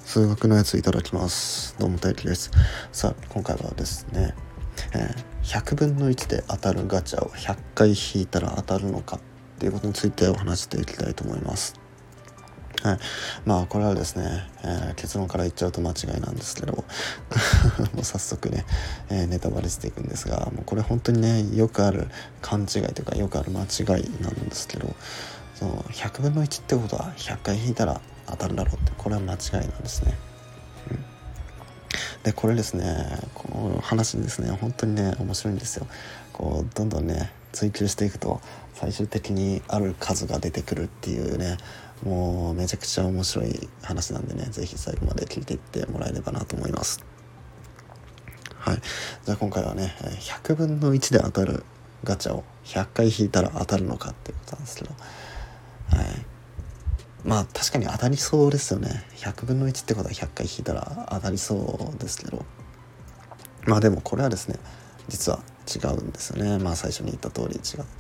数学のやついただきます。どうも大輝です。さあ今回はですね、100分の1で当たるガチャを100回引いたら当たるのかっていうことについてお話していきたいと思います。これはですね、結論から言っちゃうと間違いなんですけどもう早速ね、ネタバレしていくんですが、もうこれ本当にねよくある勘違いというかよくある間違いなんですけど、その100分の1ってことは100回引いたら当たるだろうって、これは間違いなんですね。でこれですね、この話ですね本当にね面白いんですよ。こうどんどんね追求していくと最終的にある数が出てくるっていうね、もうめちゃくちゃ面白い話なんでね、ぜひ最後まで聞いていってもらえればなと思います。じゃあ今回はね100分の1で当たるガチャを100回引いたら当たるのかっていうことなんですけど、確かに当たりそうですよね。100分の1ってことは100回引いたら当たりそうですけど、でもこれはですね実は違うんですよね。最初に言った通り違って、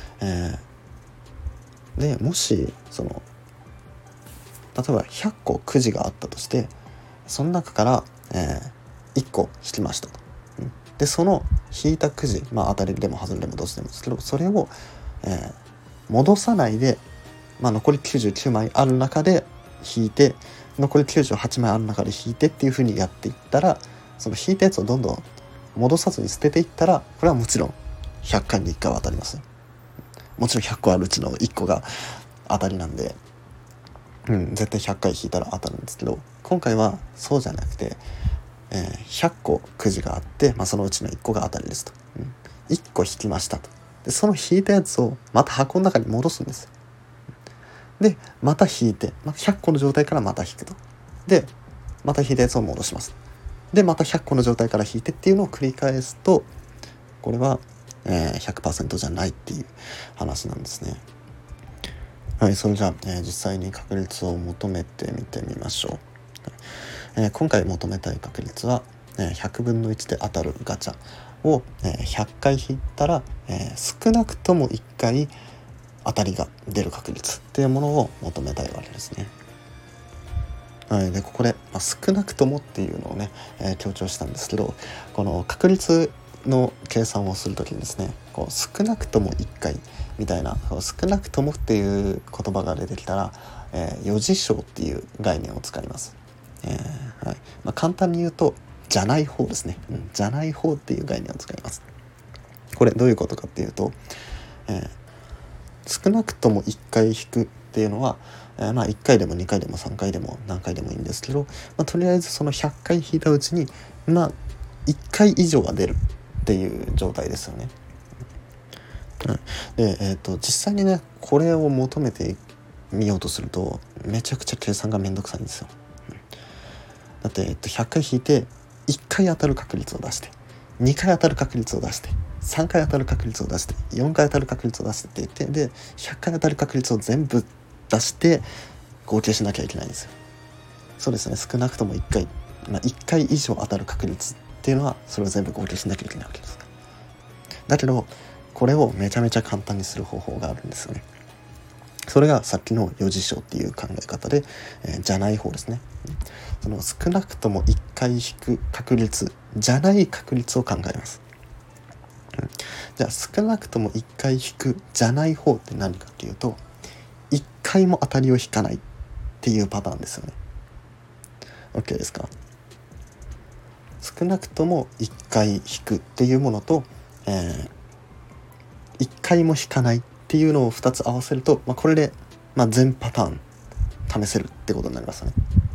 でもしその例えば100個くじがあったとして、その中から、1個引きましたと。でその引いたくじ、当たりでも外れでもどっちでもですけど、それを、戻さないで、残り99枚ある中で引いて、残り98枚ある中で引いてっていう風にやっていったら、その引いたやつをどんどん戻さずに捨てていったら、これはもちろん100回に1回は当たります。もちろん100個あるうちの1個が当たりなんで、絶対100回引いたら当たるんですけど、今回はそうじゃなくて、100個くじがあって、そのうちの1個が当たりですと、1個引きましたと。でその引いたやつをまた箱の中に戻すんです。でまた引いて、100個の状態からまた引くと。でまた引いたやつを戻します。でまた100個の状態から引いてっていうのを繰り返すと、これは、100% じゃないっていう話なんですね。それじゃあ、実際に確率を求めてみてみましょう。今回求めたい確率は、100分の1で当たるガチャを、100回引いたら、少なくとも1回当たりが出る確率っていうものを求めたいわけですね。でここで、少なくともっていうのをね、強調したんですけど、この確率の計算をするときにですね、こう少なくとも1回みたいな、少なくともっていう言葉が出てきたら、余事象っていう概念を使います。簡単に言うとじゃない方ですね、じゃない方っていう概念を使います。これどういうことかっていうと、少なくとも1回引くっていうのは、1回でも2回でも3回でも何回でもいいんですけど、とりあえずその100回引いたうちに1回以上が出るっていう状態ですよね。で、実際にねこれを求めてみようとするとめちゃくちゃ計算がめんどくさいんですよ。だって、100回引いて1回当たる確率を出して、2回当たる確率を出して、3回当たる確率を出して、4回当たる確率を出してって言って、で100回当たる確率を全部出して合計しなきゃいけないんですよ。そうですね、少なくとも1回、1回以上当たる確率っていうのはそれを全部合計しなきゃいけないわけです。だけどこれをめちゃめちゃ簡単にする方法があるんですよね。それがさっきの余事象っていう考え方で、じゃない方ですね。その少なくとも1回引く確率じゃない確率を考えます。じゃあ少なくとも1回引くじゃない方って何かっていうと、1回も当たりを引かないっていうパターンですよね。 OK ですか？少なくとも1回引くっていうものと、1回も引かないっていうのを2つ合わせると、これで、全パターン試せるってことになりますよね。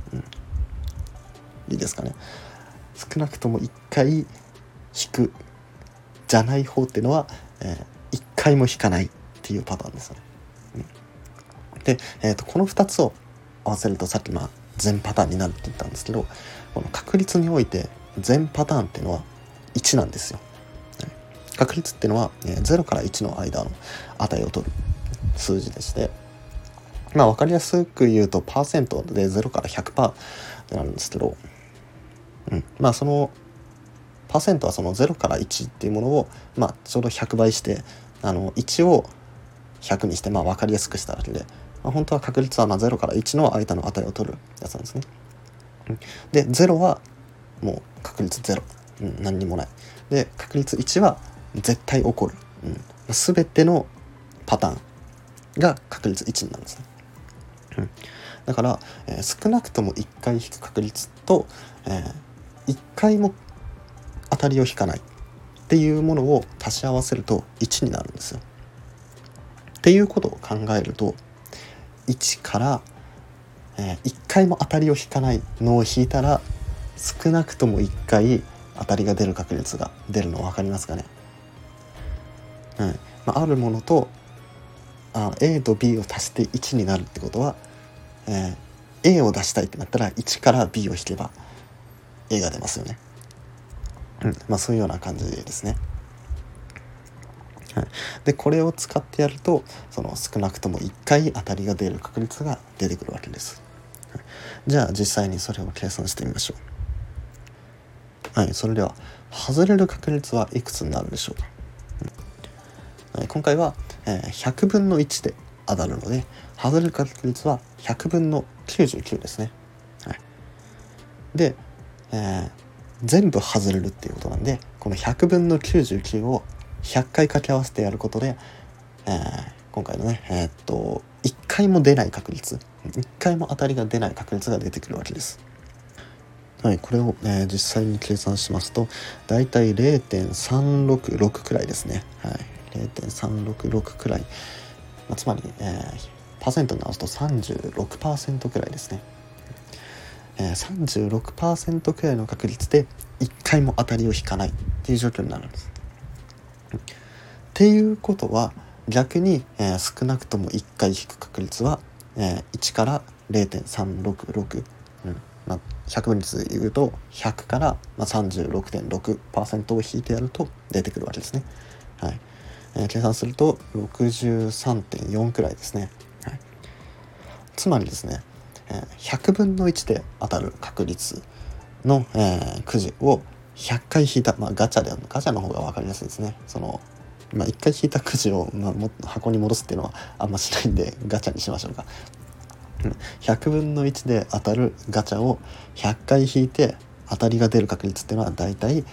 いいですかね。少なくとも1回引くじゃない方っていうのは、1回も引かないっていうパターンですよね。で、この2つを合わせるとさっき全パターンになるって言ったんですけど、この確率において全パターンっていうのは1なんですよ。確率っていうのは、0から1の間の値を取る数字でして、分かりやすく言うとパーセントで0から 100% になるんですけど、そのパーセントはその0から1っていうものを、ちょうど100倍して1を100にして分かりやすくしただけで、本当は確率は0から1の間の値を取るやつなんですね。 で0はもう確率0、何にもない。で確率1は絶対起こる、全てのパターンが確率1になるんですね。だから、少なくとも1回引く確率と、1回も当たりを引かないっていうものを足し合わせると1になるんですよ。っていうことを考えると、1から、1回も当たりを引かないのを引いたら、少なくとも1回当たりが出る確率が出るの分かりますかね。あるものとA と B を足して1になるってことは、A を出したいってなったら1から B を引けば A が出ますよね。そういうような感じですね。でこれを使ってやると、その少なくとも1回当たりが出る確率が出てくるわけです。じゃあ実際にそれを計算してみましょう。それでは外れる確率はいくつになるでしょうか。今回は、100分の1で当たるので、外れる確率は100分の99ですね。で、全部外れるっていうことなんで、この100分の99を100回掛け合わせてやることで、今回のね、1回も出ない確率、1回も当たりが出ない確率が出てくるわけです。これを、実際に計算しますと、だいたい 0.366 くらいですね。0.366 くらい、つまり、パーセントに直すと 36% くらいですね。36% くらいの確率で1回も当たりを引かないっていう状況になるんです。っていうことは逆に、少なくとも1回引く確率は、1から 0.366、100分率でいうと100から、36.6% を引いてやると出てくるわけですね。計算すると 63.4 くらいですね。つまりですね、100分の1で当たる確率の、くじを100回引いた、ガチャの方が分かりやすいですね。1回引いたくじを、箱に戻すっていうのはあんましないんでガチャにしましょうか。100分の1で当たるガチャを100回引いて当たりが出る確率っていうのはだいたい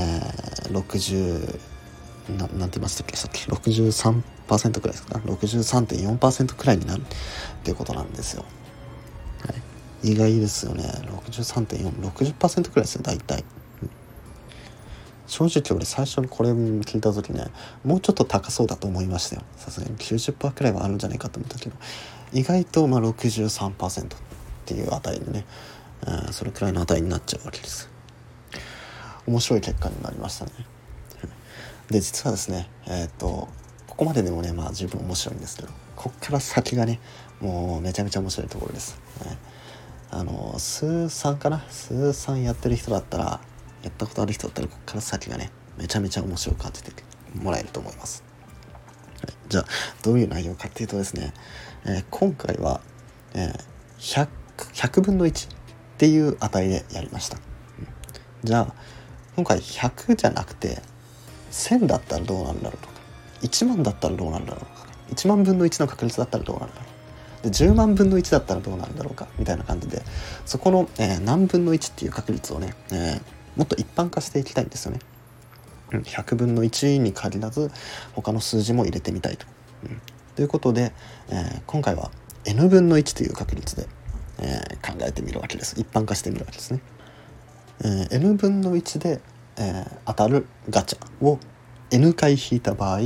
60なんて言いましたっけ、さっき 63% くらいですか、63.4% くらいになるっていうことなんですよ。意外ですよね。 63.4、60% くらいですよ、大体。正直俺最初にこれ聞いた時ね、もうちょっと高そうだと思いましたよ。さすがに 90% くらいはあるんじゃないかと思ったけど、意外と63% っていう値にね、それくらいの値になっちゃうわけです。面白い結果になりましたね。で実はですね、ここまででもね、十分面白いんですけど、こっから先がね、もうめちゃめちゃ面白いところです。スーさんやってる人だったら、やったことある人だったら、こっから先がね、めちゃめちゃ面白く感じてもらえると思います。じゃあどういう内容かっていうとですね、今回は、100分の1っていう値でやりました。じゃあ今回100じゃなくて1000だったらどうなるんだろうとか、1万だったらどうなるんだろうとか、1万分の1の確率だったらどうなるんだろう、で10万分の1だったらどうなるんだろうかみたいな感じで、そこの、何分の1っていう確率をね、もっと一般化していきたいんですよね。100分の1に限らず他の数字も入れてみたいということで、今回は N 分の1という確率で、考えてみるわけです。一般化してみるわけですね。N 分の1で、当たるガチャを N 回引いた場合、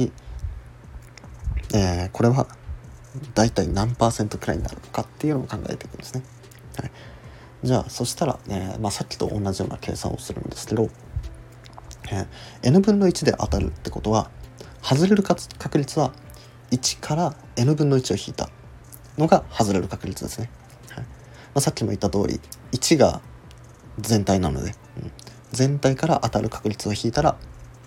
これはだいたい何%くらいになるのかっていうのを考えていくんですね。じゃあそしたら、さっきと同じような計算をするんですけど、N 分の1で当たるってことは、外れる確率は1から N 分の1を引いたのが外れる確率ですね。さっきも言った通り1が全体なので、全体から当たる確率を引いたら、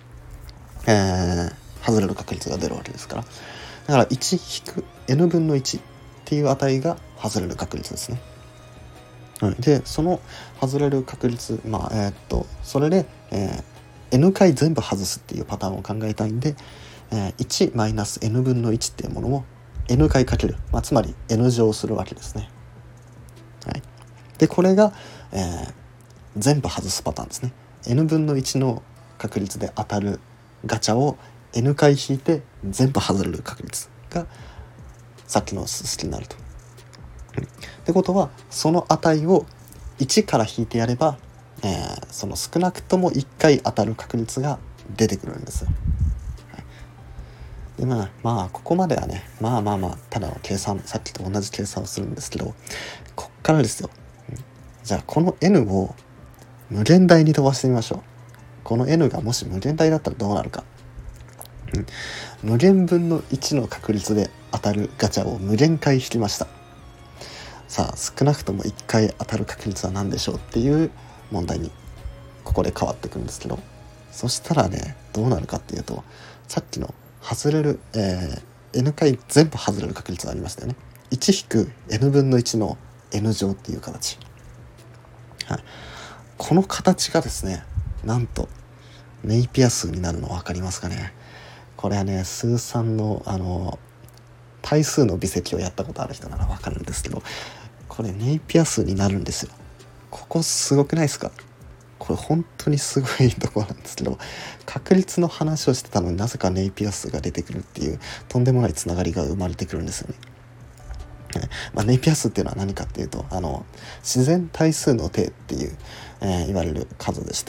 外れる確率が出るわけですから、だから1引く N 分の1っていう値が外れる確率ですね。でその外れる確率、それで、N 回全部外すっていうパターンを考えたいんで、1-N 分の1っていうものを N 回かける、つまり N 乗するわけですね。 でこれが、全部外すパターンですね。 n 分の1の確率で当たるガチャを n 回引いて全部外れる確率がさっきの数式になると。ってことはその値を1から引いてやれば、その少なくとも1回当たる確率が出てくるんですよ。でまあここまではねまあただの計算、さっきと同じ計算をするんですけど、こっからですよ。じゃあこの n を無限大に飛ばしてみましょう。この n がもし無限大だったらどうなるか。無限分の1の確率で当たるガチャを無限回引きました。さあ少なくとも1回当たる確率は何でしょうっていう問題にここで変わってくるんですけど、そしたらねどうなるかっていうと、さっきの外れる、n 回全部外れる確率がありましたよね。1-n 分の1の n 乗っていう形、はい、この形がですねなんとネイピア数になるの分かりますかね。これはね数3の対数の微積をやったことある人なら分かるんですけど、これネイピア数になるんですよ。ここすごくないですか。これ本当にすごいところなんですけど、確率の話をしてたのになぜかネイピア数が出てくるっていうとんでもないつながりが生まれてくるんですよね。ネイピア数っていうのは何かっていうと自然対数の定っていう、言われる数でして、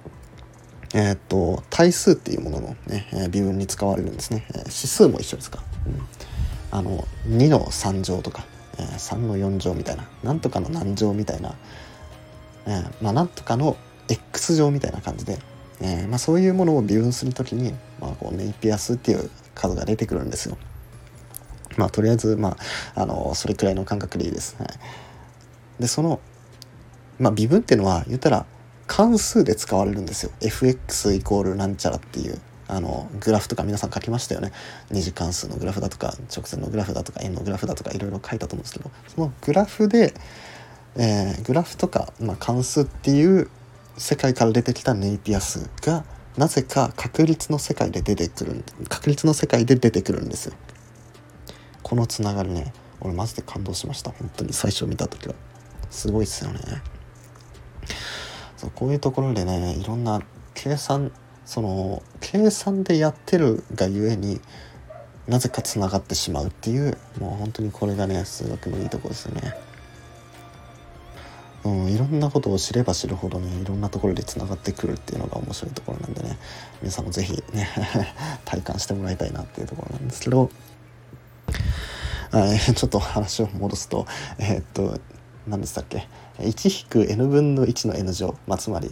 対数っていうものの、ね微分に使われるんですね。指数も一緒ですか、2の3乗とか、3の4乗みたいな、なんとかの何乗みたいな、なんとかの X 乗みたいな感じで、そういうものを微分するときに、こうネイピア数っていう数が出てくるんですよ。とりあえず、それくらいの感覚でいいです。はい、でその、微分っていうのは言ったら関数で使われるんですよ。 fx イコールなんちゃらっていうグラフとか皆さん書きましたよね。二次関数のグラフだとか直線のグラフだとか円のグラフだとかいろいろ書いたと思うんですけど、そのグラフで、グラフとか、関数っていう世界から出てきたネイピア数がなぜか確率の世界で出てくるんですよ。このつながりね、俺マジで感動しました。本当に最初見た時はすごいですよね。そうこういうところでねいろんな計算でやってるがゆえになぜかつながってしまうっていう、もう本当にこれがね数学のいいところですよね。いろんなことを知れば知るほどねいろんなところでつながってくるっていうのが面白いところなんでね、皆さんもぜひね体感してもらいたいなっていうところなんですけど、ちょっと話を戻すと何でしたっけ、1-n 分の1の n 乗、つまり、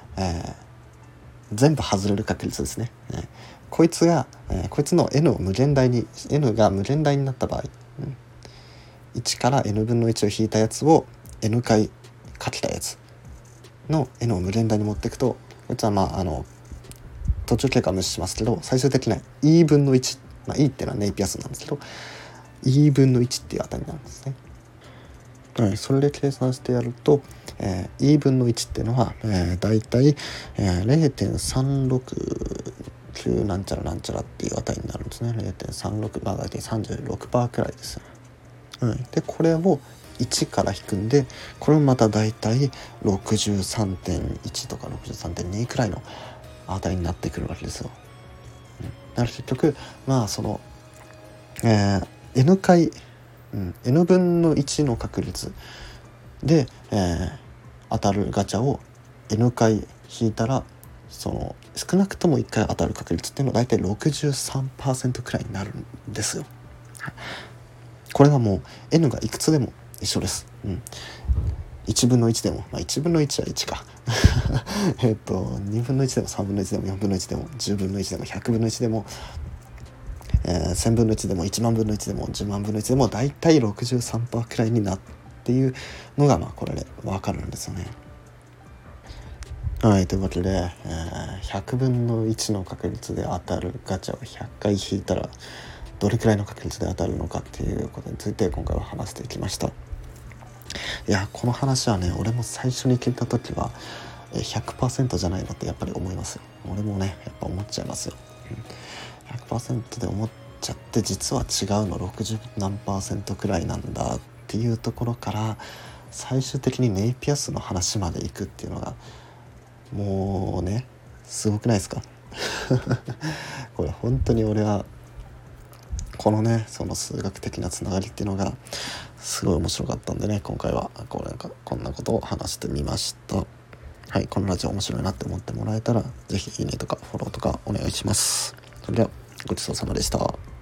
全部外れる確率ですね。こいつの n が無限大になった場合、1から n 分の1を引いたやつを n 回かけたやつの n を無限大に持っていくと、こいつは途中経過は無視しますけど最終的な e 分の1、e っていうのはネイピア数なんですけど e 分の1っていう値になるんですね。それで計算してやると、e 分の1っていうのは、だいたい、0.369 なんちゃらなんちゃらっていう値になるんですね。0.36、だいたい 36% くらいです。でこれを1から引くんで、これもまただいたい 63.1 とか 63.2 くらいの値になってくるわけですよ。だから結局n 回n 分の1の確率で、当たるガチャを n 回引いたら少なくとも1回当たる確率っていうのはだいたい 63% くらいになるんですよ。これはもう n がいくつでも一緒です。1分の1でも、1分の1は1か2分の1でも3分の1でも4分の1でも10分の1でも100分の1でも1000分の1でも1万分の1でも10万分の1でもだいたい 63% くらいになっていうのがこれで分かるんですよね。というわけで、100分の1の確率で当たるガチャを100回引いたらどれくらいの確率で当たるのかっていうことについて今回は話していきました。いやこの話はね俺も最初に聞いた時は 100% じゃないのってやっぱり思いますよ。俺もねやっぱ思っちゃいますよ。100% で思っちゃって実は違うの60何%くらいなんだっていうところから最終的にネイピアスの話まで行くっていうのがもうねすごくないですかこれ本当に俺はこのねその数学的なつながりっていうのがすごい面白かったんでね、今回はこんなことを話してみました。はい、このラジオ面白いなって思ってもらえたらぜひいいねとかフォローとかお願いします。それではごちそうさまでした。